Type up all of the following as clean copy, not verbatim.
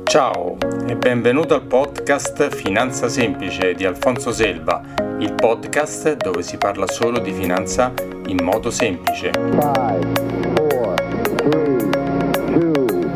Ciao e benvenuto al podcast Finanza Semplice di Alfonso Selva, il podcast dove si parla solo di finanza in modo semplice. 5, 4, 3, 2,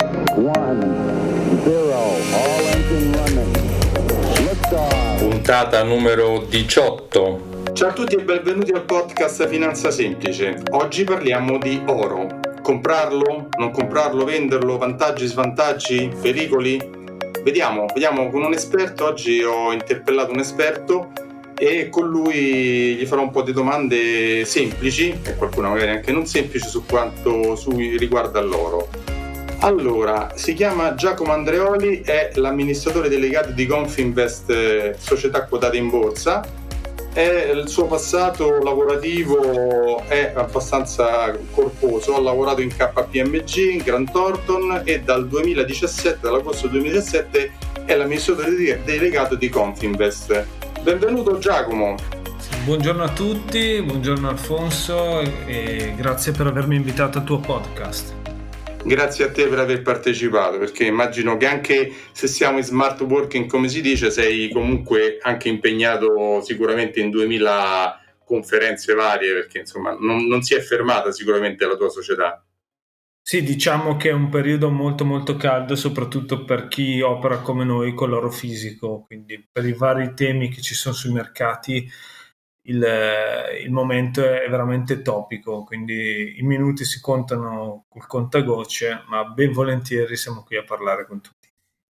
1, 0. All engine running. Liftoff. Puntata numero 18. Ciao a tutti e benvenuti al podcast Finanza Semplice. Oggi parliamo di oro. Comprarlo? Non comprarlo? Venderlo? Vantaggi, svantaggi? Pericoli? Vediamo con un esperto. Oggi ho interpellato un esperto e con lui gli farò un po' di domande semplici e qualcuna magari anche non semplici su quanto riguarda l'oro. Allora, si chiama Giacomo Andreoli, è l'amministratore delegato di Confinvest, società quotata in borsa. Il suo passato lavorativo è abbastanza corposo, ha lavorato in KPMG, in Grant Thornton e dall'agosto 2017 è l'amministratore delegato di Confinvest. Benvenuto Giacomo. Buongiorno a tutti, buongiorno Alfonso e grazie per avermi invitato al tuo podcast. Grazie a te per aver partecipato, perché immagino che anche se siamo in smart working, come si dice, sei comunque anche impegnato sicuramente in 2000 conferenze varie, perché insomma non si è fermata sicuramente la tua società. Sì, diciamo che è un periodo molto molto caldo, soprattutto per chi opera come noi con l'oro fisico, quindi per i vari temi che ci sono sui mercati il momento è veramente topico, quindi i minuti si contano col contagocce, ma ben volentieri siamo qui a parlare con tutti.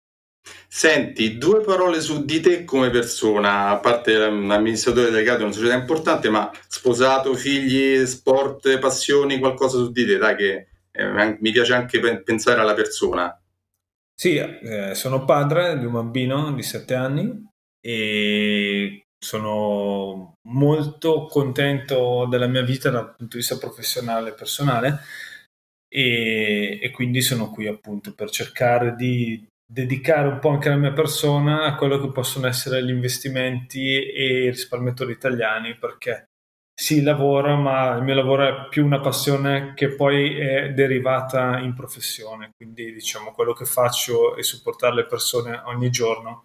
Senti, due parole su di te come persona, a parte l'amministratore delegato di una società importante, ma sposato, figli, sport, passioni, qualcosa su di te, dai, che mi piace anche pensare alla persona. Sì, sono padre di un bambino di 7 anni e sono molto contento della mia vita dal punto di vista professionale e personale e quindi sono qui appunto per cercare di dedicare un po' anche la mia persona a quello che possono essere gli investimenti e i risparmiatori italiani, perché si lavora, ma il mio lavoro è più una passione che poi è derivata in professione, quindi diciamo quello che faccio è supportare le persone ogni giorno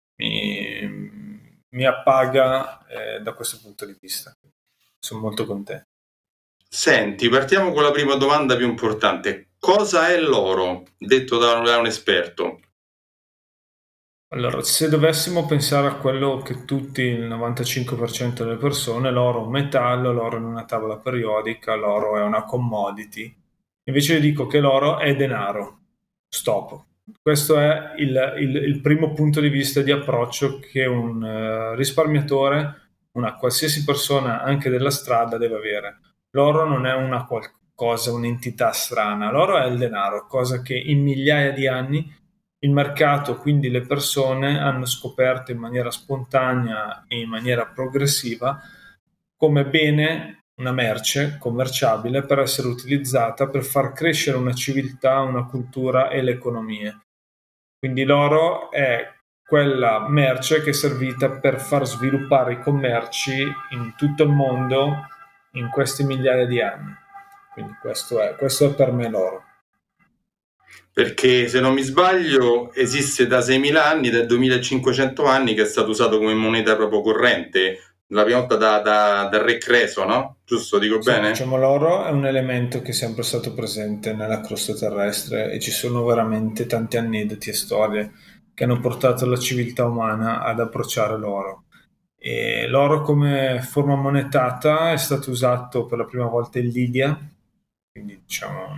mi appaga da questo punto di vista. Sono molto contento. Senti, partiamo con la prima domanda più importante. Cosa è l'oro? Detto da un esperto. Allora, se dovessimo pensare a quello che tutti, il 95% delle persone, l'oro è un metallo, l'oro è una tavola periodica, l'oro è una commodity. Invece io dico che l'oro è denaro. Stop. Questo è il primo punto di vista di approccio che un risparmiatore, una qualsiasi persona anche della strada deve avere. L'oro non è una qualcosa, un'entità strana. L'oro è il denaro, cosa che in migliaia di anni il mercato, quindi le persone, hanno scoperto in maniera spontanea e in maniera progressiva come bene, una merce commerciabile per essere utilizzata per far crescere una civiltà, una cultura e le economie. Quindi l'oro è quella merce che è servita per far sviluppare i commerci in tutto il mondo in questi migliaia di anni. Quindi questo è per me l'oro. Perché se non mi sbaglio esiste da 6.000 anni, da 2.500 anni che è stato usato come moneta proprio corrente, la prima volta dal re Creso, no? Giusto, dico Sì, bene? diciamo l'oro è un elemento che è sempre stato presente nella crosta terrestre e ci sono veramente tanti aneddoti e storie che hanno portato la civiltà umana ad approcciare l'oro. E l'oro come forma monetata è stato usato per la prima volta in Lidia, quindi diciamo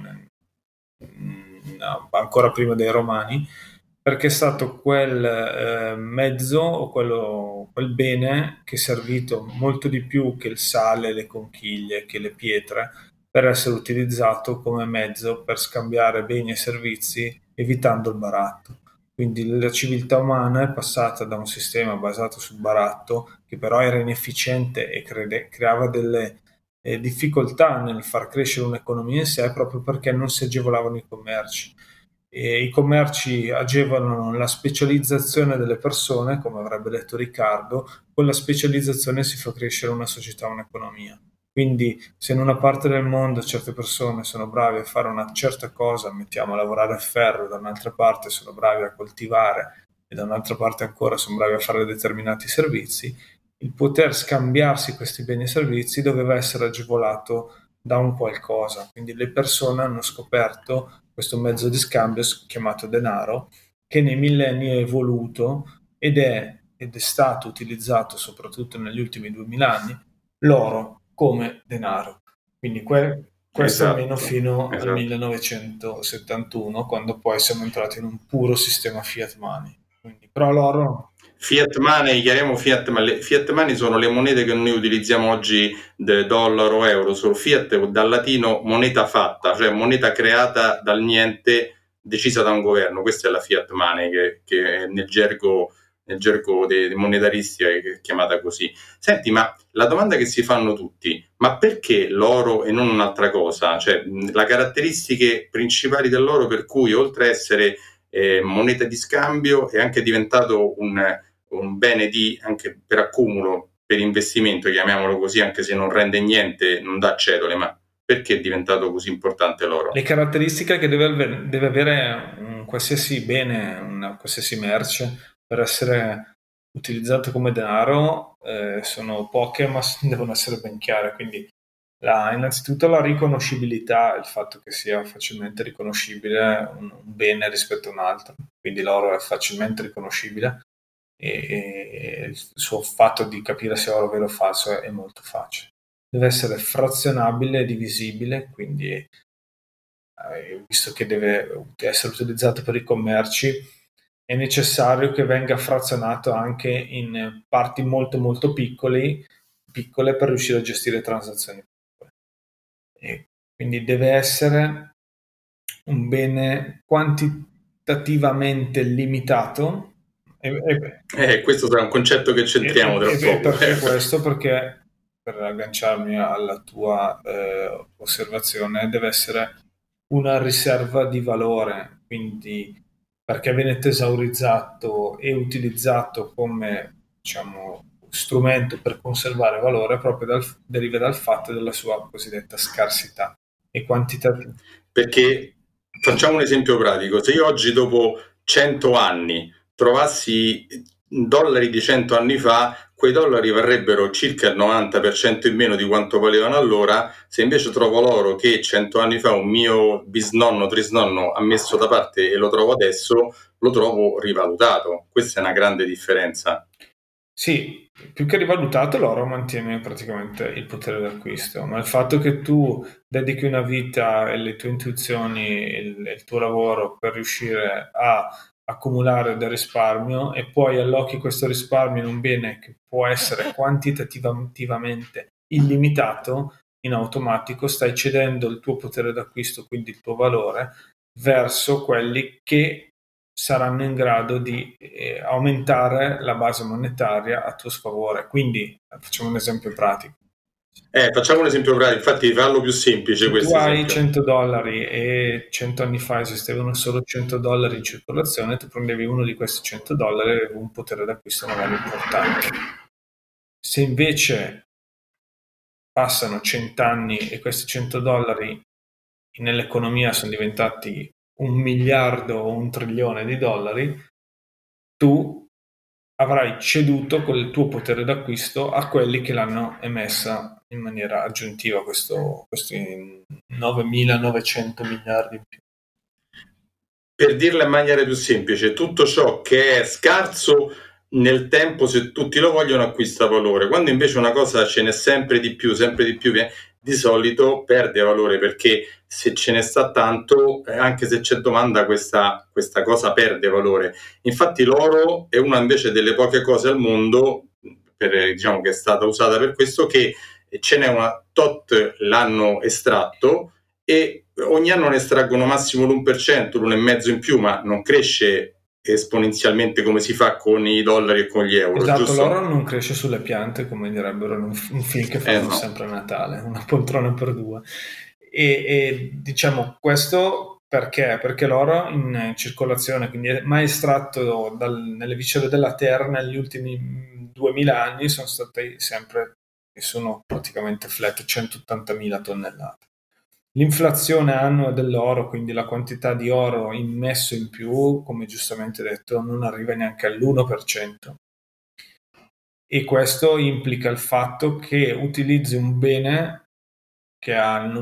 ancora prima dei Romani, perché è stato quel mezzo o quel bene che è servito molto di più che il sale, le conchiglie, che le pietre, per essere utilizzato come mezzo per scambiare beni e servizi evitando il baratto. Quindi la civiltà umana è passata da un sistema basato sul baratto, che però era inefficiente e creava delle difficoltà nel far crescere un'economia in sé, proprio perché non si agevolavano i commerci. E i commerci agevolano la specializzazione delle persone, come avrebbe detto Riccardo, con la specializzazione si fa crescere una società, un'economia. Quindi se in una parte del mondo certe persone sono bravi a fare una certa cosa, mettiamo a lavorare a ferro, da un'altra parte sono bravi a coltivare e da un'altra parte ancora sono bravi a fare determinati servizi, il poter scambiarsi questi beni e servizi doveva essere agevolato da un qualcosa. Quindi le persone hanno scoperto questo mezzo di scambio chiamato denaro, che nei millenni è evoluto ed è stato utilizzato soprattutto negli ultimi 2000 anni l'oro come denaro. Quindi questo almeno fino al 1971, quando poi siamo entrati in un puro sistema fiat money. Quindi, però l'oro... Fiat money, chiariamo fiat, ma le fiat money sono le monete che noi utilizziamo oggi, dollaro, euro, sono fiat dal latino moneta fatta, cioè moneta creata dal niente, decisa da un governo. Questa è la fiat money che nel gergo dei monetaristi è chiamata così. Senti, ma la domanda che si fanno tutti, ma perché l'oro e non un'altra cosa? Cioè, le caratteristiche principali dell'oro per cui oltre a essere moneta di scambio è anche diventato un bene anche per accumulo, per investimento, chiamiamolo così, anche se non rende niente, non dà cedole, ma perché è diventato così importante l'oro? Le caratteristiche che deve avere un qualsiasi bene, una qualsiasi merce per essere utilizzato come denaro sono poche, ma devono essere ben chiare. Quindi innanzitutto la riconoscibilità, il fatto che sia facilmente riconoscibile un bene rispetto a un altro. Quindi l'oro è facilmente riconoscibile e il suo fatto di capire se è oro vero o falso è molto facile. Deve essere frazionabile e divisibile, quindi visto che deve essere utilizzato per i commerci, è necessario che venga frazionato anche in parti molto molto piccole per riuscire a gestire transazioni piccole. E quindi deve essere un bene quantitativamente limitato. Questo sarà un concetto che centriamo tra poco. Perché questo? Perché, per agganciarmi alla tua osservazione, deve essere una riserva di valore, quindi perché viene tesaurizzato e utilizzato come, diciamo, strumento per conservare valore proprio deriva dal fatto della sua cosiddetta scarsità e quantità. Perché facciamo un esempio pratico: se io oggi dopo 100 anni trovassi dollari di 100 anni fa, quei dollari varrebbero circa il 90% in meno di quanto valevano allora. Se invece trovo l'oro che 100 anni fa un mio bisnonno, trisnonno ha messo da parte e lo trovo adesso, lo trovo rivalutato. Questa è una grande differenza. Sì, più che rivalutato l'oro mantiene praticamente il potere d'acquisto, ma il fatto che tu dedichi una vita e le tue intuizioni, il tuo lavoro per riuscire a accumulare del risparmio e poi allochi questo risparmio in un bene che può essere quantitativamente illimitato, in automatico stai cedendo il tuo potere d'acquisto, quindi il tuo valore, verso quelli che saranno in grado di aumentare la base monetaria a tuo sfavore. Quindi facciamo un esempio pratico. Facciamo un esempio pratico, infatti farlo più semplice. Se questo tu hai esempio. $100 e 100 anni fa esistevano solo $100 in circolazione, tu prendevi uno di questi $100 e avevi un potere d'acquisto magari importante. Se invece passano 100 anni e questi $100 nell'economia sono diventati 1 miliardo o 1 trilione di dollari, tu avrai ceduto quel tuo potere d'acquisto a quelli che l'hanno emessa in maniera aggiuntiva, questi 9.900 miliardi in più. Per dirla in maniera più semplice, tutto ciò che è scarso nel tempo, se tutti lo vogliono, acquista valore. Quando invece una cosa ce n'è sempre di più, di solito perde valore, perché se ce ne sta tanto, anche se c'è domanda, questa cosa perde valore. Infatti l'oro è una invece delle poche cose al mondo, diciamo, che è stata usata per questo, che ce n'è una tot l'anno estratto e ogni anno ne estraggono massimo l'1%, l'1,5% in più, ma non cresce esponenzialmente come si fa con i dollari e con gli euro. Esatto, giusto? l'oro non cresce sulle piante, come direbbero in un film che fanno no. sempre a Natale, una poltrona per due. E diciamo questo perché? Perché l'oro in circolazione, quindi è mai estratto nelle viscere della terra negli ultimi 2000 anni, sono stati sempre e sono praticamente flat, 180.000 tonnellate. L'inflazione annua dell'oro, quindi la quantità di oro immesso in più, come giustamente detto, non arriva neanche all'1%. E questo implica il fatto che utilizzi un bene che ha il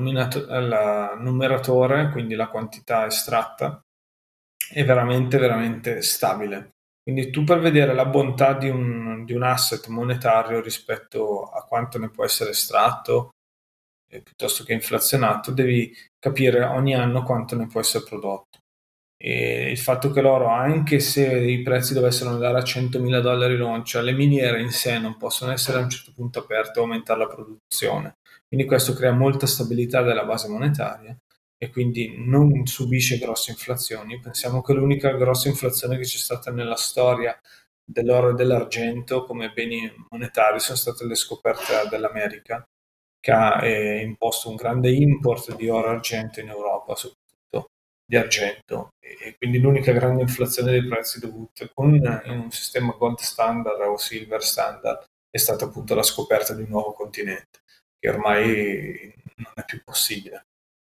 numeratore, quindi la quantità estratta, è veramente, veramente stabile. Quindi tu, per vedere la bontà di un asset monetario rispetto a quanto ne può essere estratto, piuttosto che inflazionato, devi capire ogni anno quanto ne può essere prodotto. E il fatto che l'oro, anche se i prezzi dovessero andare a $100.000 l'oncia, le miniere in sé non possono essere a un certo punto aperte e aumentare la produzione. Quindi questo crea molta stabilità della base monetaria e quindi non subisce grosse inflazioni. Pensiamo che l'unica grossa inflazione che c'è stata nella storia dell'oro e dell'argento come beni monetari sono state le scoperte dell'America, che ha imposto un grande import di oro e argento in Europa, soprattutto di argento, e quindi l'unica grande inflazione dei prezzi dovuta in un sistema gold standard o silver standard è stata appunto la scoperta di un nuovo continente, che ormai non è più possibile.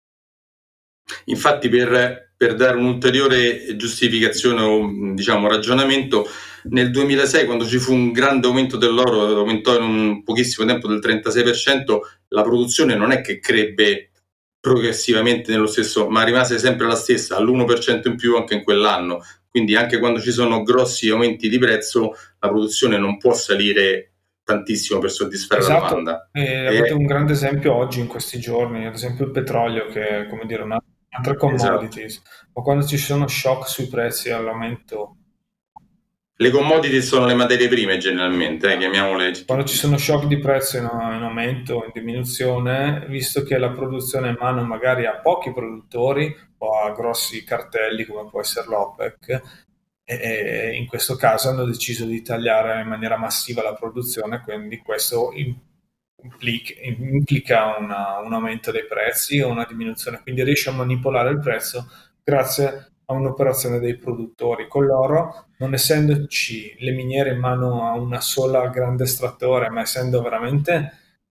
Infatti, per dare un'ulteriore giustificazione o diciamo ragionamento, nel 2006, quando ci fu un grande aumento dell'oro, aumentò in un pochissimo tempo del 36%, la produzione non è che crebbe progressivamente nello stesso, ma rimase sempre la stessa, all'1% in più anche in quell'anno. Quindi anche quando ci sono grossi aumenti di prezzo, la produzione non può salire tantissimo per soddisfare la domanda. Avete un grande esempio oggi, in questi giorni, ad esempio il petrolio, che è, come dire, un'altra commodities, ma quando ci sono shock sui prezzi all'aumento. Le commodity sono le materie prime generalmente, chiamiamole. Quando ci sono shock di prezzo in aumento, in diminuzione, visto che la produzione è in mano magari a pochi produttori o a grossi cartelli come può essere l'OPEC, e in questo caso hanno deciso di tagliare in maniera massiva la produzione, quindi questo implica un aumento dei prezzi o una diminuzione, quindi riesce a manipolare il prezzo grazie a un'operazione dei produttori. Con l'oro, non essendoci le miniere in mano a una sola grande estrattore, ma essendo veramente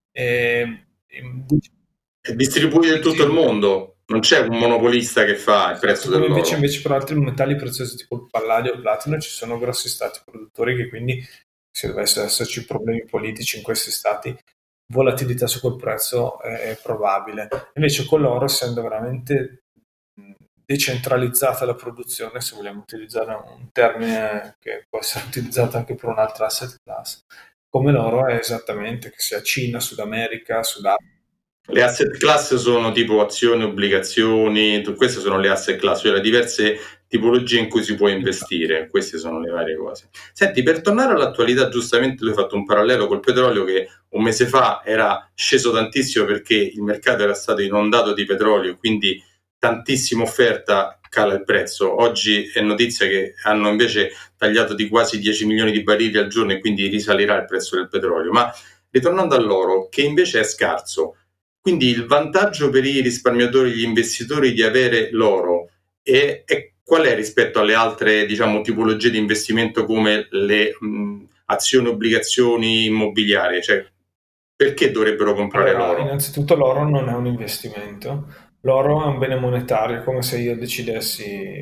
distribuito in tutto il mondo, non c'è un monopolista che fa il prezzo dell'oro. Invece per altri metalli preziosi tipo il palladio o il platino ci sono grossi stati produttori che, quindi, se dovessero esserci problemi politici in questi stati, volatilità su quel prezzo è probabile. Invece con l'oro, essendo veramente decentralizzata la produzione, se vogliamo utilizzare un termine che può essere utilizzato anche per un'altra asset class, come l'oro, è esattamente, che sia Cina, Sud America, Sudafrica. Le asset class sono tipo azioni, obbligazioni, queste sono le asset class, cioè le diverse tipologie in cui si può investire, queste sono le varie cose. Senti, per tornare all'attualità, giustamente tu hai fatto un parallelo col petrolio che un mese fa era sceso tantissimo perché il mercato era stato inondato di petrolio, quindi tantissima offerta, cala il prezzo. Oggi è notizia che hanno invece tagliato di quasi 10 milioni di barili al giorno e quindi risalirà il prezzo del petrolio. Ma ritornando all'oro, che invece è scarso, quindi il vantaggio per i risparmiatori, gli investitori di avere l'oro è qual è rispetto alle altre, diciamo, tipologie di investimento come le azioni, obbligazioni immobiliari? Cioè, perché dovrebbero comprare l'oro? Innanzitutto l'oro non è un investimento, l'oro è un bene monetario, come se io decidessi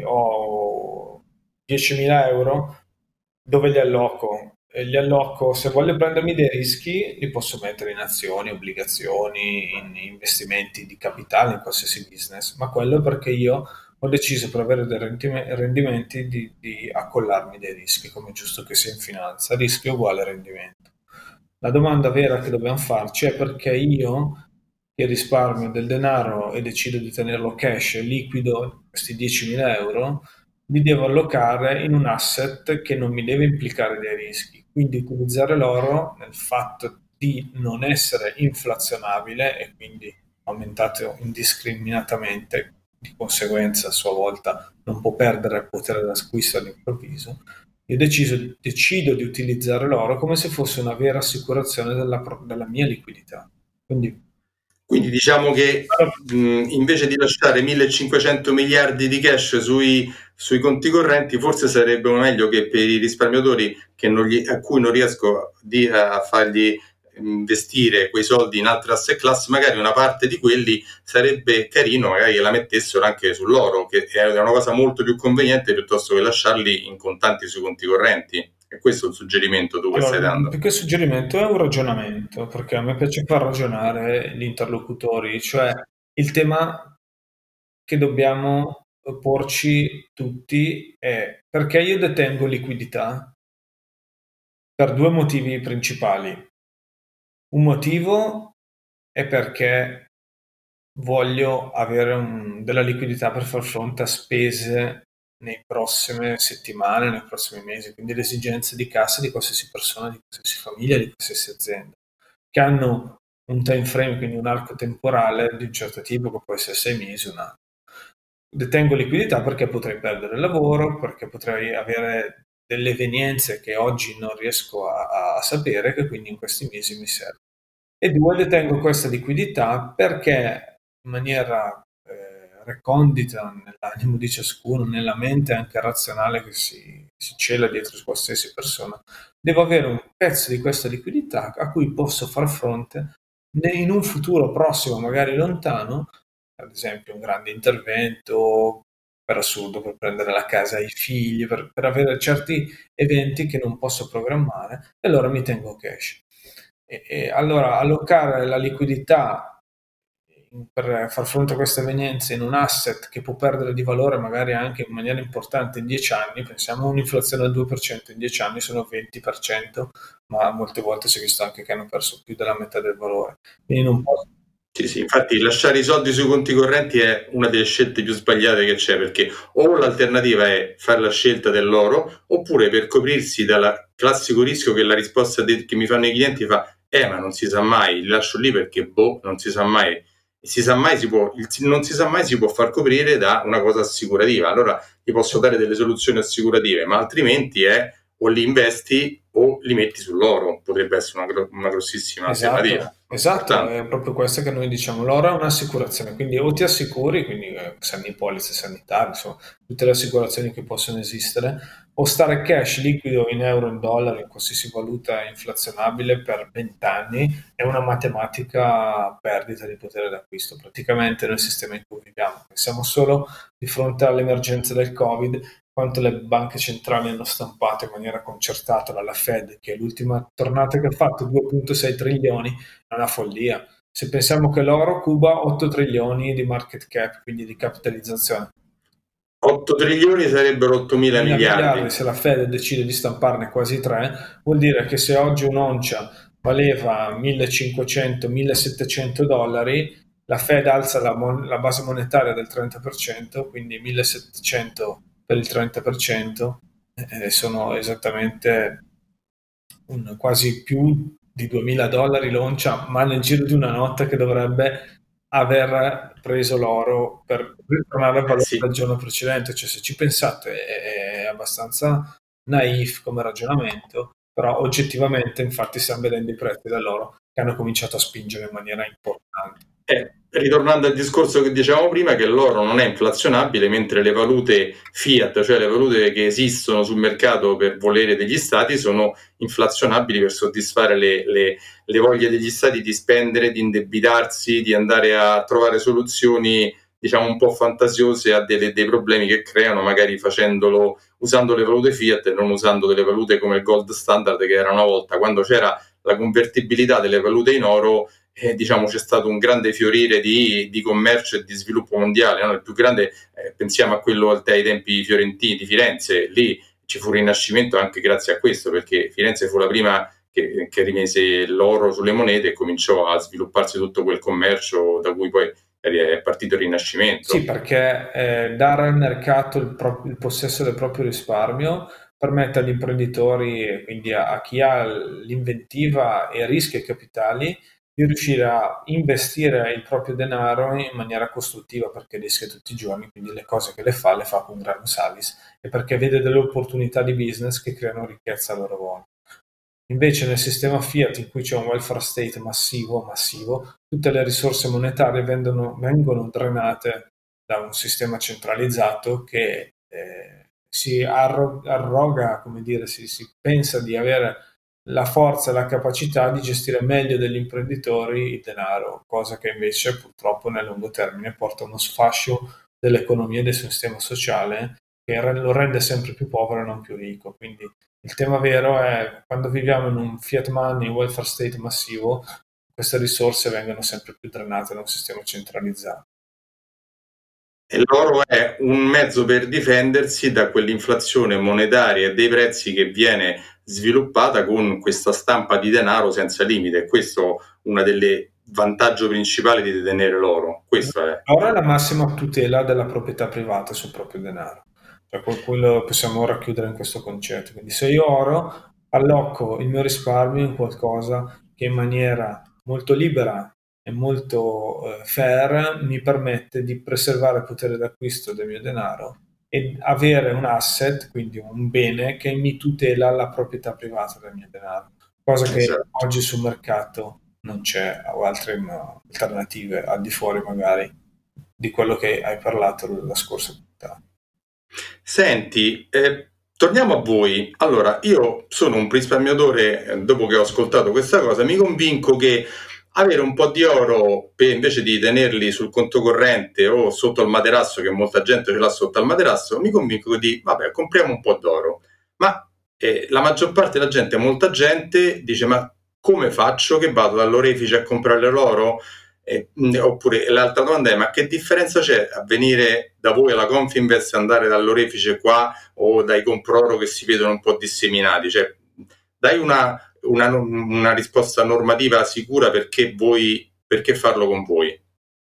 ho 10.000 euro, dove li alloco? Li alloco, se voglio prendermi dei rischi, li posso mettere in azioni, obbligazioni, in investimenti di capitale, in qualsiasi business, ma quello è perché io ho deciso, per avere dei rendimenti, di accollarmi dei rischi, come è giusto che sia in finanza, rischio uguale rendimento. La domanda vera che dobbiamo farci è perché io, che risparmio del denaro e decido di tenerlo cash, liquido, questi 10.000 euro, li devo allocare in un asset che non mi deve implicare dei rischi. Quindi utilizzare l'oro nel fatto di non essere inflazionabile e quindi aumentato indiscriminatamente, di conseguenza a sua volta non può perdere il potere d'acquisto all'improvviso. Io decido di utilizzare l'oro come se fosse una vera assicurazione della mia liquidità. Quindi diciamo che invece di lasciare 1.500 miliardi di cash sui conti correnti, forse sarebbe meglio che per i risparmiatori a cui non riesco a fargli investire quei soldi in altre asset class, magari una parte di quelli sarebbe carino magari che la mettessero anche sull'oro, che è una cosa molto più conveniente piuttosto che lasciarli in contanti sui conti correnti. E questo è un suggerimento tu che stai dando. Più che suggerimento è un ragionamento, perché a me piace far ragionare gli interlocutori, cioè il tema che dobbiamo porci tutti è: perché io detengo liquidità? Per due motivi principali. Un motivo è perché voglio avere della liquidità per far fronte a spese nei prossime settimane, nei prossimi mesi, quindi le esigenze di cassa di qualsiasi persona, di qualsiasi famiglia, di qualsiasi azienda, che hanno un time frame, quindi un arco temporale di un certo tipo, che può essere 6 mesi, un anno. Detengo liquidità perché potrei perdere il lavoro, perché potrei avere delle evenienze che oggi non riesco a sapere, che quindi in questi mesi mi serve. E due, detengo questa liquidità perché in maniera recondita nell'animo di ciascuno, nella mente anche razionale che si cela dietro qualsiasi persona, devo avere un pezzo di questa liquidità a cui posso far fronte in un futuro prossimo, magari lontano, ad esempio un grande intervento, per assurdo, per prendere la casa ai figli, per avere certi eventi che non posso programmare, e allora mi tengo cash. E allora allocare la liquidità per far fronte a queste evenienze in un asset che può perdere di valore magari anche in maniera importante in 10 anni, pensiamo a un'inflazione del 2%, in 10 anni sono 20%, ma molte volte si è visto anche che hanno perso più della metà del valore. Quindi non posso. Sì, infatti lasciare i soldi sui conti correnti è una delle scelte più sbagliate che c'è, perché o l'alternativa è fare la scelta dell'oro, oppure per coprirsi dal classico rischio che la risposta che mi fanno i clienti fa ma non si sa mai, li lascio lì perché non si sa mai. Non si sa mai si può far coprire da una cosa assicurativa. Allora ti posso dare delle soluzioni assicurative, ma altrimenti o li investi o li metti sull'oro. Potrebbe essere una grossissima alternativa. Esatto, è proprio questo che noi diciamo. L'oro è un'assicurazione, quindi o ti assicuri, quindi polizze sanitarie, insomma, tutte le assicurazioni che possono esistere, o stare cash liquido in euro, in dollari, in qualsiasi valuta inflazionabile per 20 anni, è una matematica perdita di potere d'acquisto praticamente nel sistema in cui viviamo. Siamo solo di fronte all'emergenza del Covid, quanto le banche centrali hanno stampato in maniera concertata dalla Fed, che è l'ultima tornata che ha fatto, 2,6 trilioni, è una follia. Se pensiamo che l'oro cuba 8 trilioni di market cap, quindi di capitalizzazione. 8 trilioni sarebbero 8.000 miliardi. Se la Fed decide di stamparne quasi 3, vuol dire che se oggi un'oncia valeva 1.500-1.700 dollari, la Fed alza la base monetaria del 30%, quindi 1.700 per il 30%, sono esattamente quasi più di 2.000 dollari l'oncia, ma nel giro di una notte, che dovrebbe aver preso l'oro per ritornare al valore del giorno precedente. Cioè, se ci pensate è abbastanza naif come ragionamento, però oggettivamente infatti stiamo vedendo i prezzi dell'oro che hanno cominciato a spingere in maniera importante. Ritornando al discorso che dicevamo prima, che l'oro non è inflazionabile, mentre le valute fiat, cioè le valute che esistono sul mercato per volere degli stati, sono inflazionabili per soddisfare le voglie degli stati di spendere, di indebitarsi, di andare a trovare soluzioni, diciamo, un po' fantasiose a dei problemi che creano, magari usando le valute fiat e non usando delle valute come il gold standard, che era una volta, quando c'era la convertibilità delle valute in oro. Diciamo c'è stato un grande fiorire di commercio e di sviluppo mondiale, no? Il più grande, pensiamo a quello ai tempi fiorentini di Firenze, lì ci fu il rinascimento anche grazie a questo, perché Firenze fu la prima che rimise l'oro sulle monete e cominciò a svilupparsi tutto quel commercio da cui poi è partito il Rinascimento. Sì, perché dare al mercato il possesso del proprio risparmio permette agli imprenditori, e quindi a chi ha l'inventiva e rischia i capitali, di riuscire a investire il proprio denaro in maniera costruttiva, perché rischia tutti i giorni, quindi le cose che le fa con gran salis, e perché vede delle opportunità di business che creano ricchezza a loro volta. Invece nel sistema fiat, in cui c'è un welfare state massivo, tutte le risorse monetarie vengono drenate da un sistema centralizzato che si arroga, come dire, si pensa di avere la forza e la capacità di gestire meglio degli imprenditori il denaro, cosa che invece purtroppo nel lungo termine porta a uno sfascio dell'economia e del sistema sociale che lo rende sempre più povero e non più ricco. Quindi il tema vero è quando viviamo in un fiat money, welfare state massivo, queste risorse vengono sempre più drenate da un sistema centralizzato. E l'oro è un mezzo per difendersi da quell'inflazione monetaria e dei prezzi che viene sviluppata con questa stampa di denaro senza limite. Questo è uno delle vantaggi principali di detenere l'oro. Questo è. L'oro è la massima tutela della proprietà privata sul proprio denaro. Cioè, quello possiamo racchiudere in questo concetto. Quindi se io oro, alloco il mio risparmio in qualcosa che in maniera molto libera e molto fair mi permette di preservare il potere d'acquisto del mio denaro e avere un asset, quindi un bene che mi tutela la proprietà privata del mio denaro, cosa che Esatto. oggi sul mercato non c'è, o altre alternative al di fuori magari di quello che hai parlato la scorsa puntata. Senti, torniamo a voi. Allora, io sono un risparmiatore, dopo che ho ascoltato questa cosa, mi convinco che avere un po' di oro invece di tenerli sul conto corrente o sotto al materasso, che molta gente ce l'ha sotto al materasso, mi convinco di, vabbè, compriamo un po' d'oro. Ma la maggior parte della gente, molta gente, dice, ma come faccio che vado dall'orefice a comprare l'oro? Oppure l'altra domanda è: ma che differenza c'è a venire da voi alla Confinvest e andare dall'orefice qua o dai Comproro che si vedono un po' disseminati? Cioè, dai una risposta normativa sicura perché farlo con voi.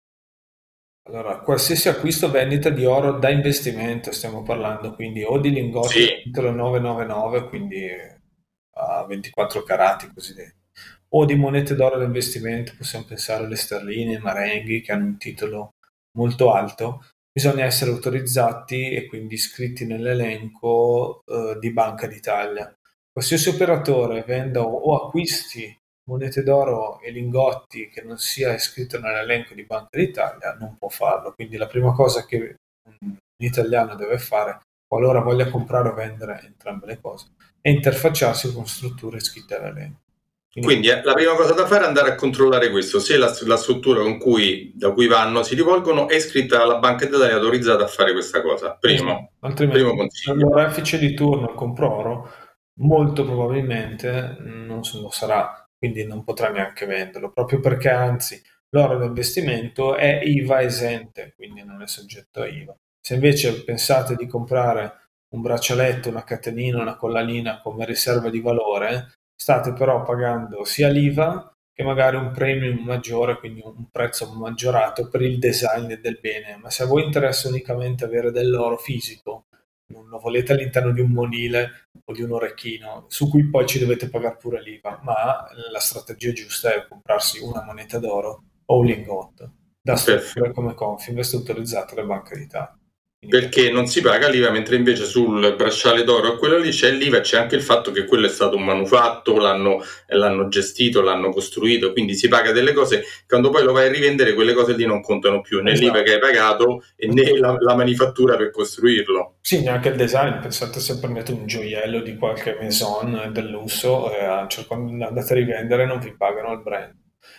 Allora, qualsiasi acquisto o vendita di oro da investimento stiamo parlando, quindi o di lingotti Sì, a titolo 999, quindi a 24 carati cosiddetti, o di monete d'oro da investimento, possiamo pensare alle sterline, ai marenghi che hanno un titolo molto alto, bisogna essere autorizzati e quindi iscritti nell'elenco di Banca d'Italia. Qualsiasi operatore venda o acquisti monete d'oro e lingotti che non sia iscritto nell'elenco di Banca d'Italia non può farlo. Quindi la prima cosa che un italiano deve fare, qualora voglia comprare o vendere entrambe le cose, è interfacciarsi con strutture iscritte all'elenco. quindi la prima cosa da fare è andare a controllare questo, se la struttura da cui vanno si rivolgono è iscritta alla Banca d'Italia, autorizzata a fare questa cosa. Esatto. Primo Altrimenti consiglio. l'orefice di turno compro oro, molto probabilmente non lo sarà, quindi non potrà neanche venderlo, proprio perché anzi l'oro da investimento è IVA esente, quindi non è soggetto a IVA. Se invece pensate di comprare un braccialetto, una catenina, una collanina come riserva di valore, state però pagando sia l'IVA che magari un premium maggiore, quindi un prezzo maggiorato per il design del bene. Ma se a voi interessa unicamente avere dell'oro fisico, non lo volete all'interno di un monile o di un orecchino, su cui poi ci dovete pagare pure l'IVA, ma la strategia giusta è comprarsi una moneta d'oro o un lingotto da strutture Perfetto. come Confinvest autorizzate da Banca d'Italia. Quindi, Perché non si paga l'IVA, mentre invece sul bracciale d'oro e quello lì c'è l'IVA e c'è anche il fatto che quello è stato un manufatto, l'hanno gestito, l'hanno costruito, quindi si paga delle cose, quando poi lo vai a rivendere quelle cose lì non contano più, né l'IVA esatto. che hai pagato e né la manifattura per costruirlo. Sì, neanche il design, pensate se prendete un gioiello di qualche maison del lusso, quando andate a rivendere non vi pagano il brand.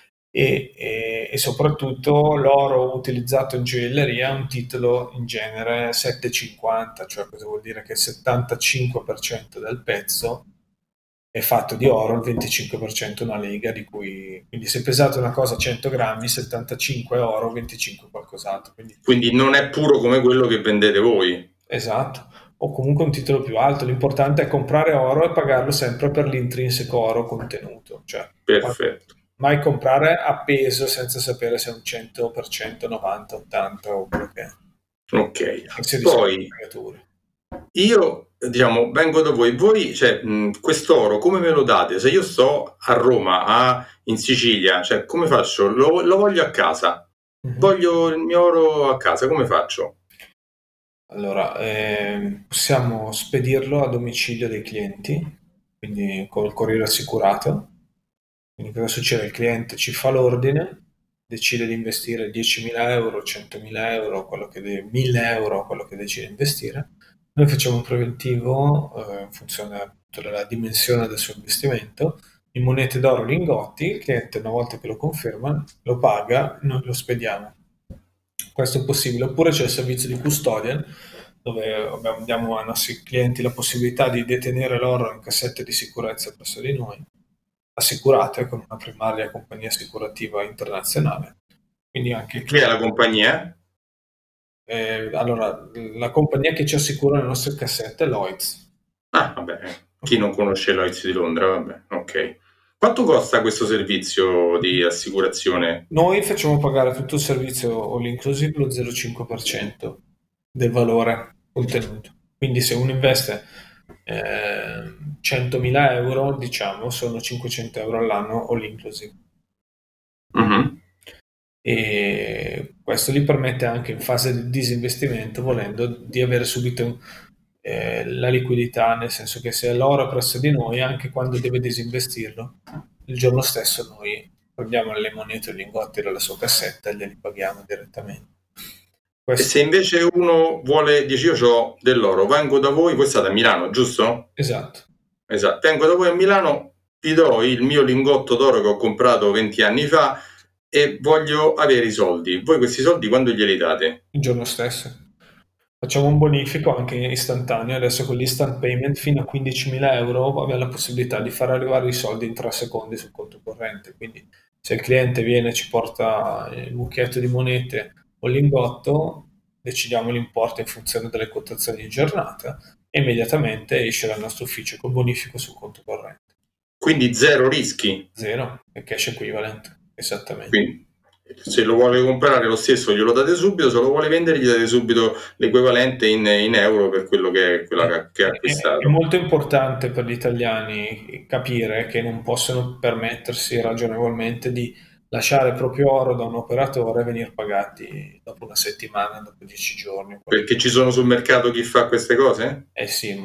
E soprattutto l'oro utilizzato in gioielleria è un titolo in genere 7,50, cioè cosa vuol dire che il 75% del pezzo è fatto di oro, il 25% una lega di cui, quindi se pesate una cosa 100 grammi, 75 è oro, 25 qualcos'altro. Quindi Quindi non è puro come quello che vendete voi. esatto, o comunque un titolo più alto. L'importante è comprare oro e pagarlo sempre per l'intrinseco oro contenuto, cioè Perfetto. mai comprare a peso senza sapere se è un 100%, 90, 80 o quello che è. Ok. E si rischia di Poi fregature. io, diciamo, vengo da voi, cioè, quest'oro come me lo date? Se io sto a Roma, in Sicilia, cioè, come faccio? Lo voglio a casa. Mhm. Voglio il mio oro a casa, come faccio? Allora, possiamo spedirlo a domicilio dei clienti, quindi col corriere assicurato. Quindi cosa succede? Il cliente ci fa l'ordine, decide di investire 10.000 euro, 100.000 euro, 1.000 euro, quello che decide di investire. Noi facciamo un preventivo, in funzione appunto della dimensione del suo investimento, in monete d'oro lingotti, il cliente una volta che lo conferma lo paga, noi lo spediamo. Questo è possibile, oppure c'è il servizio di custodian dove diamo ai nostri clienti la possibilità di detenere l'oro in cassette di sicurezza presso di noi, assicurate con una primaria compagnia assicurativa internazionale. Quindi anche il Chi è cliente. la compagnia? Allora, la compagnia che ci assicura le nostre cassette è Lloyds. Ah, vabbè, chi non conosce Lloyds di Londra, vabbè, ok. Quanto costa questo servizio di assicurazione? Noi facciamo pagare tutto il servizio all inclusive lo 0,5% del valore contenuto. Quindi se uno investe 100.000 euro, diciamo, sono 500 euro all'anno all inclusive. Mhm. E questo gli permette anche in fase di disinvestimento, volendo, di avere subito la liquidità, nel senso che se l'oro è presso di noi, anche quando deve disinvestirlo, il giorno stesso noi prendiamo le monete o i lingotti dalla sua cassetta e glieli paghiamo direttamente. E Questo, se invece uno vuole, dice io ho dell'oro, vengo da voi state a Milano, giusto? esatto, Esatto, vengo da voi a Milano, vi do il mio lingotto d'oro che ho comprato 20 anni fa e voglio avere i soldi. Voi questi soldi quando glieli date? il giorno stesso. Facciamo un bonifico anche istantaneo, adesso con l'instant payment fino a 15.000 euro abbiamo la possibilità di far arrivare i soldi in 3 secondi sul conto corrente, quindi se il cliente viene e ci porta il mucchietto di monete o il lingotto, decidiamo l'importo in funzione delle quotazioni di giornata e immediatamente esce dal nostro ufficio col bonifico sul conto corrente. Quindi zero rischi. Zero è cash equivalent, esattamente. Quindi se lo vuole comprare lo stesso glielo date subito, se lo vuole vendere gli date subito l'equivalente in euro per quello che ha È acquistato. molto importante per gli italiani capire che non possono permettersi ragionevolmente di lasciare il proprio oro da un operatore e venire pagati dopo una settimana, dopo 10 giorni. Perché ci sono sul mercato chi fa queste cose? Eh sì, è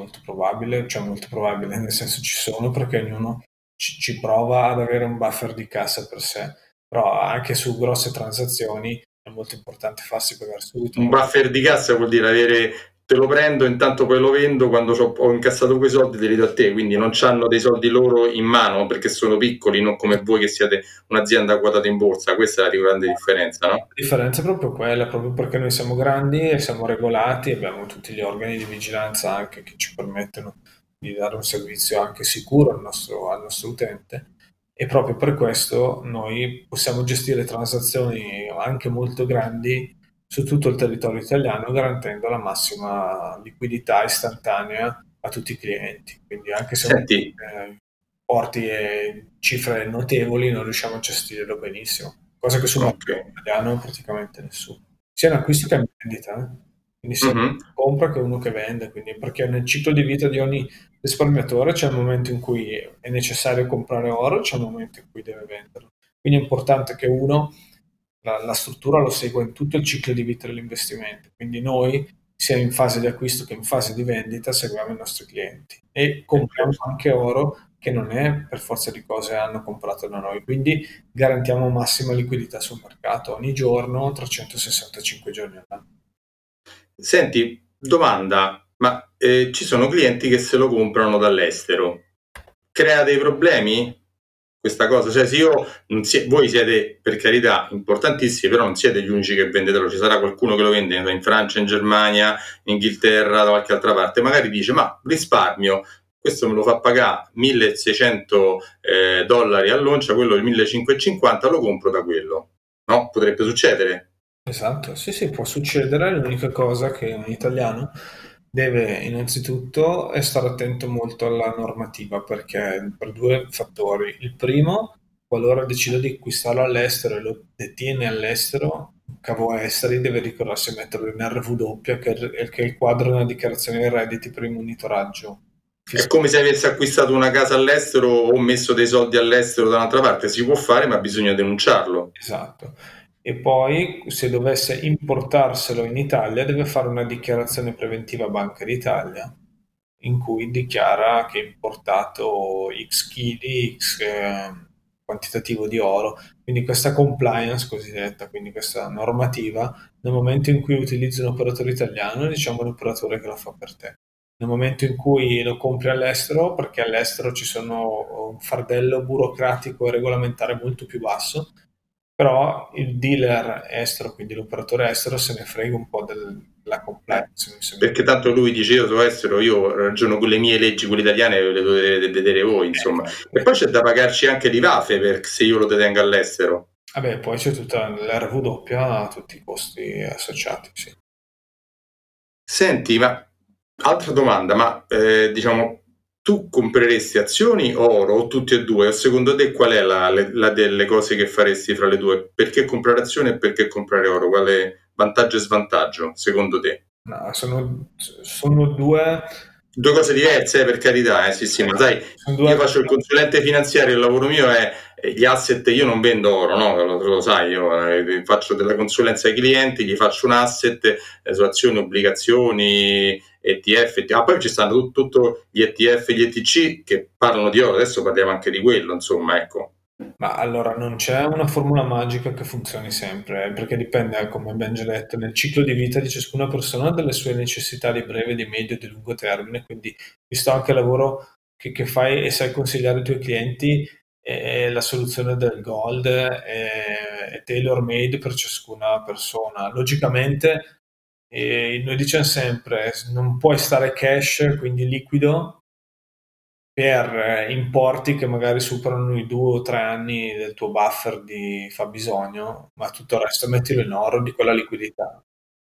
molto probabile, nel senso ci sono perché ognuno ci prova ad avere un buffer di cassa per sé, però anche su grosse transazioni è molto importante farsi pagare subito. Un buffer di cassa vuol dire avere te lo prendo, intanto poi lo vendo, quando ho incassato quei soldi te li do a te, quindi non hanno dei soldi loro in mano perché sono piccoli, non come voi che siete un'azienda quotata in borsa, questa è la grande differenza, no? La differenza è proprio quella, proprio perché noi siamo grandi e siamo regolati, abbiamo tutti gli organi di vigilanza anche che ci permettono di dare un servizio anche sicuro al nostro utente e proprio per questo noi possiamo gestire transazioni anche molto grandi su tutto il territorio italiano garantendo la massima liquidità istantanea a tutti i clienti. Quindi anche se Senti, porti cifre notevoli non riusciamo a gestirlo benissimo, cosa che sul ok. mercato italiano praticamente nessuno. Sia in acquisto che in vendita, quindi sia Mhm. uno che compra che uno che vende, quindi perché nel ciclo di vita di ogni risparmiatore c'è il momento in cui è necessario comprare oro, c'è il momento in cui deve venderlo. Quindi è importante che uno la struttura lo segua in tutto il ciclo di vita dell'investimento, quindi noi sia in fase di acquisto che in fase di vendita seguiamo i nostri clienti e compriamo Giusto. anche oro che non è per forza di cose hanno comprato da noi, quindi garantiamo massima liquidità sul mercato ogni giorno, 365 giorni all'anno. Senti, domanda, ma ci sono clienti che se lo comprano dall'estero? Crea dei problemi questa cosa? Cioè, se io voi siete per carità importantissimi, però non siete gli unici che vendete, ci sarà qualcuno che lo vende in Francia, in Germania, in Inghilterra, da qualche altra parte, magari dice: ma risparmio, questo me lo fa pagare 1.600 dollari all'oncia, quello di 1.550 lo compro da quello. No? Potrebbe succedere. Esatto, sì, sì, può succedere. L'unica cosa che un italiano deve innanzitutto è stare attento molto alla normativa, perché per due fattori. Il primo, qualora decida di acquistarlo all'estero e lo detiene all'estero, cavo esteri, deve ricordarsi a metterlo in RW, che è il quadro della dichiarazione dei redditi per il monitoraggio È fiscale. come se avesse acquistato una casa all'estero o messo dei soldi all'estero da un'altra parte. Si può fare, ma bisogna denunciarlo. Esatto. E poi, se dovesse importarselo in Italia, deve fare una dichiarazione preventiva a Banca d'Italia in cui dichiara che ha importato X chili, X quantitativo di oro. Quindi questa compliance cosiddetta, quindi questa normativa, nel momento in cui utilizzi un operatore italiano, diciamo un operatore che lo fa per te. Nel momento in cui lo compri all'estero, perché all'estero ci sono un fardello burocratico e regolamentare molto più basso, però il dealer estero, quindi l'operatore estero, se ne frega un po' della compliance. Perché tanto lui dice io sono estero, io ragiono con le mie leggi, quelle italiane, le dovete vedere voi, insomma. E poi c'è da pagarci anche l'IVA se io lo detengo all'estero. Vabbè, poi c'è tutta l'RW, tutti i costi associati, sì. Senti, ma altra domanda, ma diciamo, tu compreresti azioni o oro o tutti e due? O secondo te qual è la delle cose che faresti fra le due? Perché comprare azioni e perché comprare oro? Quale vantaggio e svantaggio secondo te? No, sono due cose diverse, per carità, sì, ma sai, io faccio il consulente finanziario, il lavoro mio è gli asset, io non vendo oro, no? Lo sai, io faccio della consulenza ai clienti, gli faccio un asset su azioni, obbligazioni, ETF, poi ci stanno tutto gli ETF, gli ETC che parlano di oro, adesso parliamo anche di quello, insomma, ecco. Ma allora non c'è una formula magica che funzioni sempre, perché dipende, come abbiamo già detto, nel ciclo di vita di ciascuna persona, dalle sue necessità di breve, di medio e di lungo termine, quindi visto anche il lavoro che fai e sai consigliare ai tuoi clienti, la soluzione del gold è tailor made per ciascuna persona. Logicamente noi diciamo sempre, non puoi stare cash, quindi liquido, per importi che magari superano i 2 o 3 anni del tuo buffer di fabbisogno, ma tutto il resto mettilo in oro di quella liquidità.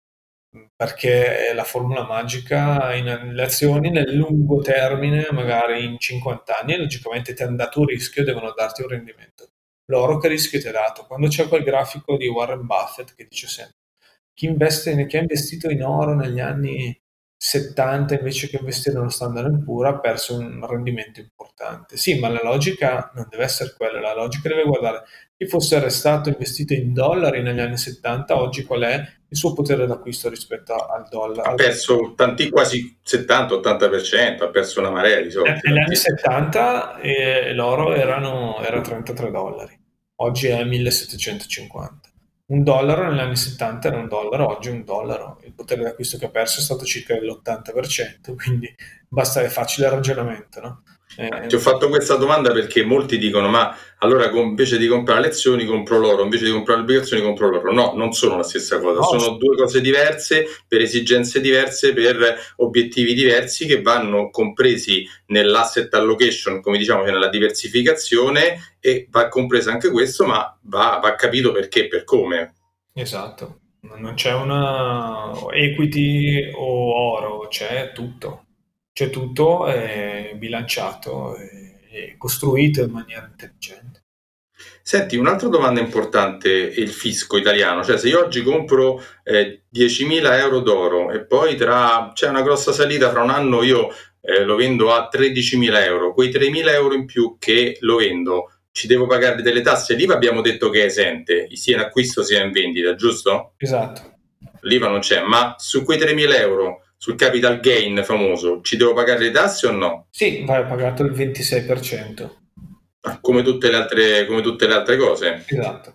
Perché è la formula magica nelle azioni nel lungo termine, magari in 50 anni, logicamente ti hanno dato un rischio e devono darti un rendimento. L'oro che rischio ti ha dato? Quando c'è quel grafico di Warren Buffett che dice sempre chi ha investito in oro negli anni 70 invece che investire nello Standard & Poor's ha perso un rendimento importante. Sì, ma la logica non deve essere quella, la logica deve guardare chi fosse restato investito in dollari negli anni 70, oggi qual è il suo potere d'acquisto rispetto al dollaro. Ha perso quasi 70-80%, ha perso una marea di soldi. Negli anni 70 l'oro era 33 dollari, oggi è 1750. Un dollaro negli anni 70 era un dollaro, oggi è un dollaro. Il potere d'acquisto che ha perso è stato circa l'80%, quindi basta, è facile il ragionamento, no? Ti ho fatto questa domanda perché molti dicono ma allora invece di comprare le azioni compro l'oro, invece di comprare le obbligazioni compro l'oro. No, non sono la stessa cosa, no, sono due cose diverse, per esigenze diverse, per obiettivi diversi che vanno compresi nell'asset allocation, come diciamo, cioè nella diversificazione, e va compreso anche questo, ma va capito perché e per come. Esatto, non c'è una equity o oro, c'è tutto. C'è tutto, è bilanciato e costruito in maniera intelligente. Senti, un'altra domanda importante è il fisco italiano, cioè se io oggi compro 10.000 euro d'oro e poi c'è una grossa salita, fra un anno io lo vendo a 13.000 euro, quei 3.000 euro in più che lo vendo, ci devo pagare delle tasse? L'IVA abbiamo detto che è esente, sia in acquisto sia in vendita, giusto? Esatto. L'IVA non c'è, ma su quei 3.000 euro, sul capital gain famoso, ci devo pagare le tasse o no? Sì, vai pagato il 26%. Come tutte le altre cose. Esatto.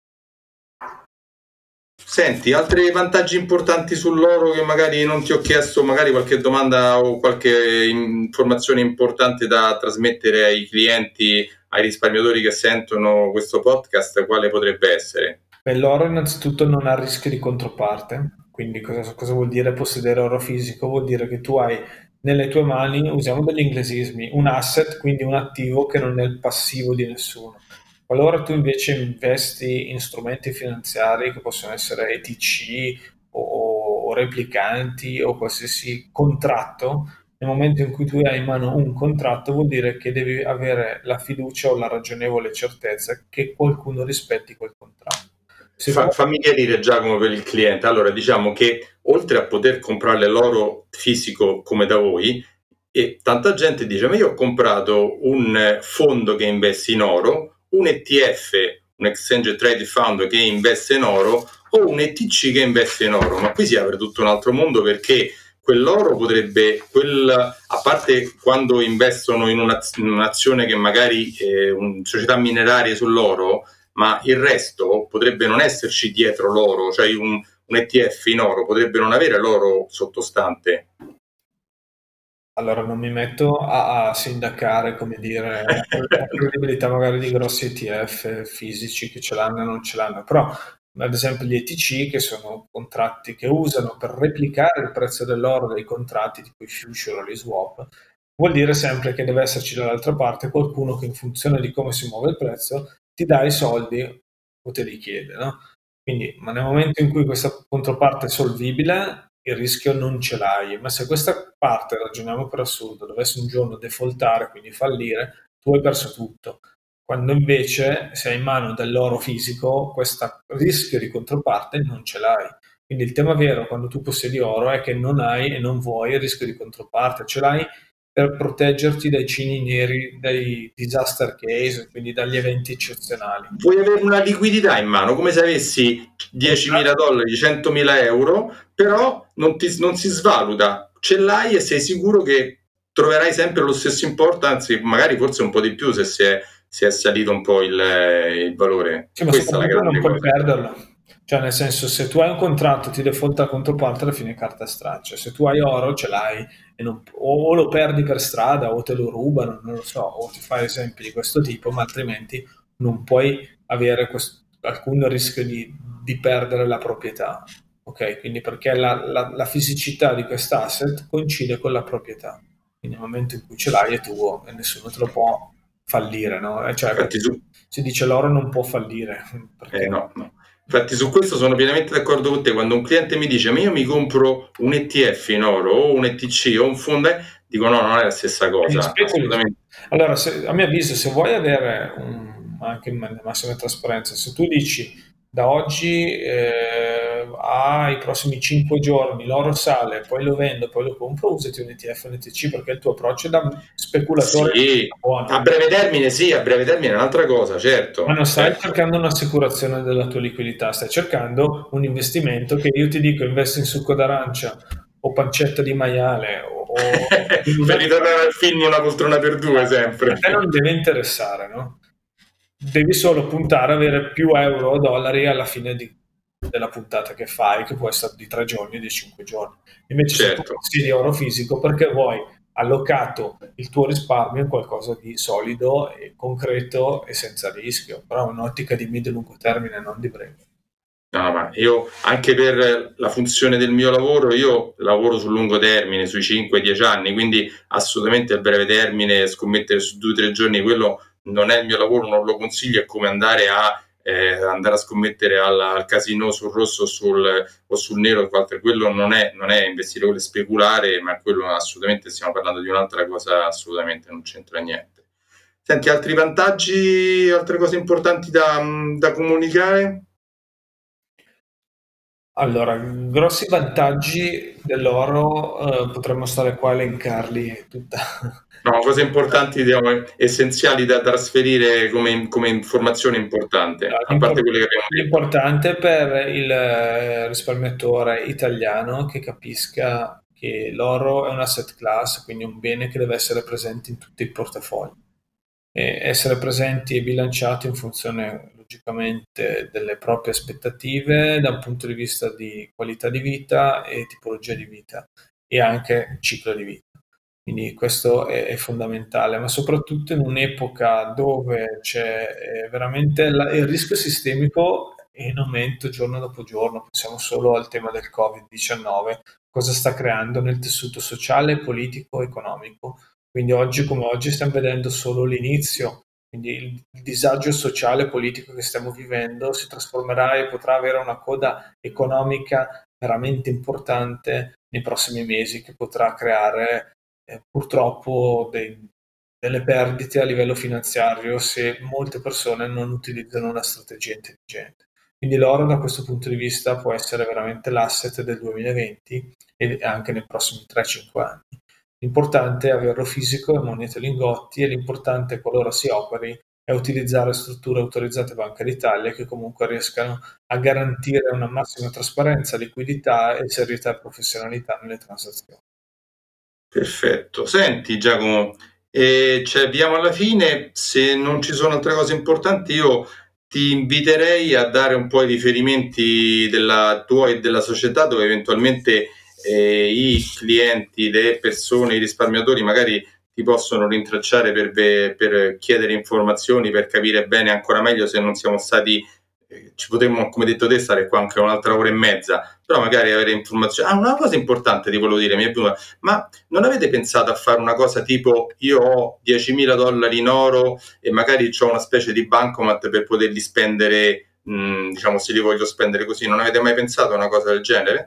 Senti, altri vantaggi importanti sull'oro che magari non ti ho chiesto, magari qualche domanda o qualche informazione importante da trasmettere ai clienti, ai risparmiatori che sentono questo podcast, quale potrebbe essere? L'oro innanzitutto non ha rischio di controparte, quindi cosa vuol dire possedere oro fisico? Vuol dire che tu hai nelle tue mani, usiamo degli inglesismi, un asset, quindi un attivo che non è il passivo di nessuno. Qualora tu invece investi in strumenti finanziari che possono essere ETC o replicanti o qualsiasi contratto, nel momento in cui tu hai in mano un contratto vuol dire che devi avere la fiducia o la ragionevole certezza che qualcuno rispetti quel contratto. Fammi chiarire, Giacomo, per il cliente. Allora, diciamo che oltre a poter comprare l'oro fisico come da voi, e tanta gente dice ma io ho comprato un fondo che investe in oro, un ETF, un Exchange Traded Fund che investe in oro, o un ETC che investe in oro, ma qui si apre tutto un altro mondo, perché quell'oro potrebbe, a parte quando investono in un'azione che magari è una società mineraria sull'oro, ma il resto potrebbe non esserci dietro l'oro, cioè un ETF in oro potrebbe non avere l'oro sottostante. Allora non mi metto a sindacare, come dire, la credibilità magari di grossi ETF fisici che ce l'hanno e non ce l'hanno, però ad esempio gli ETC, che sono contratti che usano per replicare il prezzo dell'oro dei contratti tipo i future o gli swap, vuol dire sempre che deve esserci dall'altra parte qualcuno che in funzione di come si muove il prezzo ti dà i soldi o te li chiede, no? Quindi, ma nel momento in cui questa controparte è solvibile, il rischio non ce l'hai. Ma se questa parte, ragioniamo per assurdo, dovesse un giorno defaultare, quindi fallire, tu hai perso tutto. Quando invece, se hai in mano dell'oro fisico, questo rischio di controparte non ce l'hai. Quindi il tema vero quando tu possiedi oro è che non hai e non vuoi il rischio di controparte, ce l'hai per proteggerti dai cini neri, dai disaster case, quindi dagli eventi eccezionali. Puoi avere una liquidità in mano, come se avessi $10.000, €100.000, però non si svaluta, ce l'hai e sei sicuro che troverai sempre lo stesso importo, anzi magari forse un po' di più se si è salito un po' il valore. Sì, ma Questa è la soprattutto non grande puoi cosa. perderlo. Cioè, nel senso, se tu hai un contratto, ti defaulta la controparte, alla fine carta straccia. Se tu hai oro, ce l'hai, e o lo perdi per strada, o te lo rubano, non lo so, o ti fai esempi di questo tipo, ma altrimenti non puoi avere alcun rischio di perdere la proprietà. Ok? Quindi perché la fisicità di quest'asset coincide con la proprietà. Quindi nel momento in cui ce l'hai è tuo e nessuno te lo può fallire, no? Cioè, Infatti si dice l'oro non può fallire, perché no. Infatti su questo sono pienamente d'accordo con te. Quando un cliente mi dice ma io mi compro un ETF in oro o un ETC o un fondo, dico no, non è la stessa cosa, assolutamente. Allora, a mio avviso, se vuoi avere anche in massima trasparenza, se tu dici da oggi ai prossimi 5 giorni l'oro sale, poi lo vendo, poi lo compro, usati un ETF, un ETC, perché il tuo approccio da speculatore Sì, è buono. a breve termine sì, a breve termine è un'altra cosa, certo. Ma non stai certo. cercando un'assicurazione della tua liquidità, stai cercando un investimento che io ti dico investi in succo d'arancia o pancetta di maiale o Per ritornare al film Una poltrona per due a sempre. te non deve interessare, no? Devi solo puntare a avere più euro o dollari alla fine della puntata che fai, che può essere di 3 giorni o di 5 giorni. Invece se tu Certo. possiedi oro fisico perché vuoi allocato il tuo risparmio in qualcosa di solido e concreto e senza rischio, però un'ottica di medio-lungo termine, non di breve. No, ma io anche per la funzione del mio lavoro, io lavoro sul lungo termine, sui 5-10 anni, quindi assolutamente a breve termine scommettere su 2-3 giorni, quello non è il mio lavoro, non lo consiglio, è come andare a scommettere al casino sul rosso o sul nero, quello non è investire, quello è speculare, ma quello assolutamente stiamo parlando di un'altra cosa, assolutamente non c'entra niente. Senti, altri vantaggi, altre cose importanti da comunicare? Allora, grossi vantaggi dell'oro, potremmo stare qua a elencarli tutta. No, cose importanti, diciamo, essenziali da trasferire come informazione importante, a parte quelle che abbiamo detto. L'importante per il risparmiatore italiano che capisca che l'oro è un asset class, quindi un bene che deve essere presente in tutti i portafogli. E essere presenti e bilanciati in funzione logicamente delle proprie aspettative da un punto di vista di qualità di vita e tipologia di vita e anche ciclo di vita. Quindi questo è fondamentale, ma soprattutto in un'epoca dove c'è veramente il rischio sistemico è in aumento giorno dopo giorno. Pensiamo solo al tema del Covid-19, cosa sta creando nel tessuto sociale, politico, economico. Quindi oggi come oggi stiamo vedendo solo l'inizio, quindi il disagio sociale e politico che stiamo vivendo si trasformerà e potrà avere una coda economica veramente importante nei prossimi mesi che potrà creare purtroppo delle perdite a livello finanziario se molte persone non utilizzano una strategia intelligente. Quindi l'oro da questo punto di vista può essere veramente l'asset del 2020 e anche nei prossimi 3-5 anni. L'importante è averlo fisico e monete lingotti e l'importante qualora si operi è utilizzare strutture autorizzate Banca d'Italia che comunque riescano a garantire una massima trasparenza, liquidità e serietà e professionalità nelle transazioni. Perfetto. Senti Giacomo, ci avviamo alla fine. Se non ci sono altre cose importanti, io ti inviterei a dare un po' i riferimenti della tua e della società, dove eventualmente i clienti, le persone, i risparmiatori magari ti possono rintracciare per chiedere informazioni, per capire bene ancora meglio. Se non siamo stati, ci potremmo, come detto te, stare qua anche un'altra ora e mezza, però magari avere informazioni. Una cosa importante ti volevo dire, mi è venuta, ma non avete pensato a fare una cosa tipo: io ho $10.000 in oro e magari ho una specie di bancomat per poterli spendere, diciamo, se li voglio spendere così? Non avete mai pensato a una cosa del genere?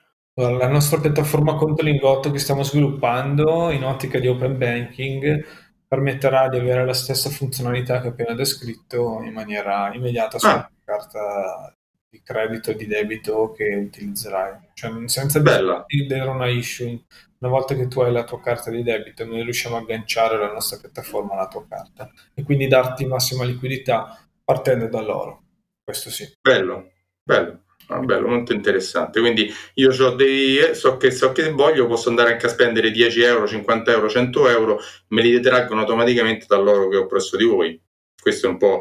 La nostra piattaforma conto lingotto che stiamo sviluppando in ottica di open banking permetterà di avere la stessa funzionalità che ho appena descritto in maniera immediata sulla carta di credito e di debito che utilizzerai. Cioè, senza Bella. bisogno di avere una issue. Una volta che tu hai la tua carta di debito, noi riusciamo a agganciare la nostra piattaforma alla tua carta e quindi darti massima liquidità partendo dall'oro. Questo sì. Bello, bello. Bello, molto interessante. Quindi io so che voglio, posso andare anche a spendere 10 euro, 50 euro, 100 euro, me li detraggono automaticamente dall'oro che ho presso di voi. Questo è un po'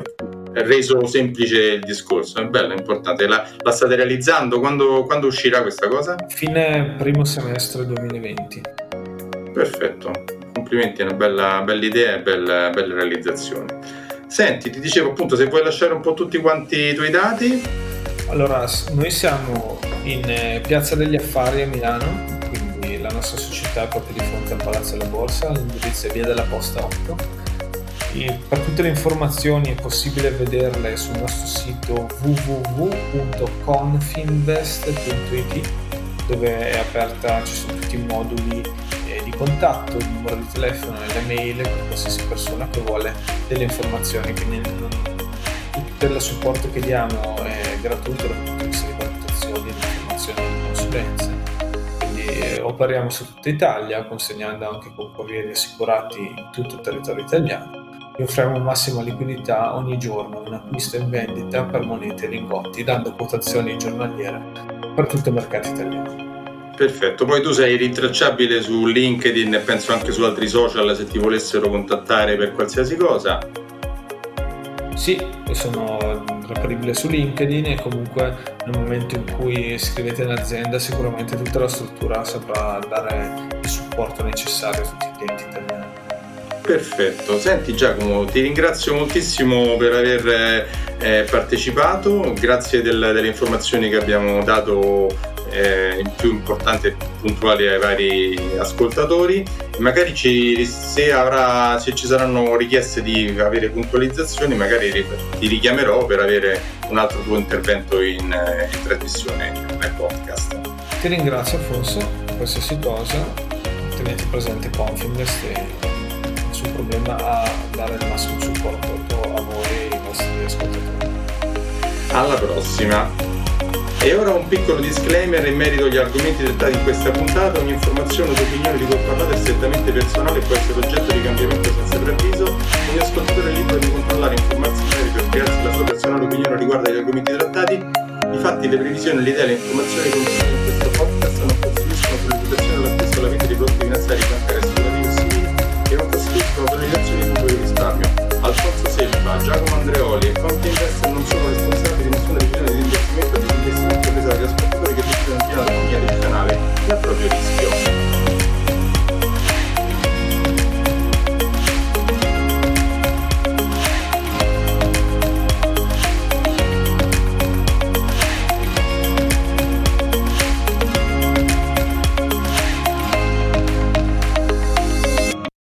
reso semplice il discorso. È bello, è importante. La state realizzando? Quando uscirà questa cosa? Fine primo semestre 2020. Perfetto, complimenti, è una bella idea e belle realizzazioni. Senti, ti dicevo appunto, se vuoi lasciare un po' tutti quanti i tuoi dati. Allora, noi siamo in Piazza degli Affari a Milano, quindi la nostra società è proprio di fronte al Palazzo della Borsa, l'indirizzo è via della Posta 8. E per tutte le informazioni è possibile vederle sul nostro sito www.confinvest.it, dove è aperta, ci sono tutti i moduli di contatto, il numero di telefono e le mail per qualsiasi persona che vuole delle informazioni. Quindi tutto il supporto che diamo è gratuito dal punto di vista di valutazioni, di informazioni e di consulenze. Quindi operiamo su tutta Italia, consegnando anche con corrieri assicurati in tutto il territorio italiano, e offriamo massima liquidità ogni giorno in acquisto e in vendita per monete e lingotti, dando quotazioni giornaliere per tutto il mercato italiano. Perfetto, poi tu sei rintracciabile su LinkedIn e penso anche su altri social se ti volessero contattare per qualsiasi cosa. Sì, sono reperibile su LinkedIn e comunque nel momento in cui iscrivete in azienda sicuramente tutta la struttura saprà dare il supporto necessario a tutti i clienti italiani. Perfetto, senti Giacomo, ti ringrazio moltissimo per aver partecipato, grazie delle informazioni che abbiamo dato, il più importante e puntuali ai vari ascoltatori. Magari se ci saranno richieste di avere puntualizzazioni, magari ti richiamerò per avere un altro tuo intervento in trasmissione nel podcast. Ti ringrazio Alfonso, per qualsiasi cosa tenete presente Confinvest e nessun problema a dare il massimo supporto a voi e ai vostri ascoltatori. Alla prossima! E ora un piccolo disclaimer in merito agli argomenti trattati in questa puntata. Ogni informazione o opinione di cui parlate è strettamente personale e può essere oggetto di cambiamento senza preavviso. Ogni ascoltatore è libero di controllare informazioni per crearsi la sua personale opinione riguardo agli argomenti trattati. Difatti le previsioni, le idee e le informazioni contenute in questo podcast non costituiscono sollecitazione all'acquisto o alla vendita di prodotti finanziari, bancari, assicurativi o simili e non costituiscono sollecitazioni di futuro di risparmio. Alfonso Selva, Giacomo Andreoli e Confinvest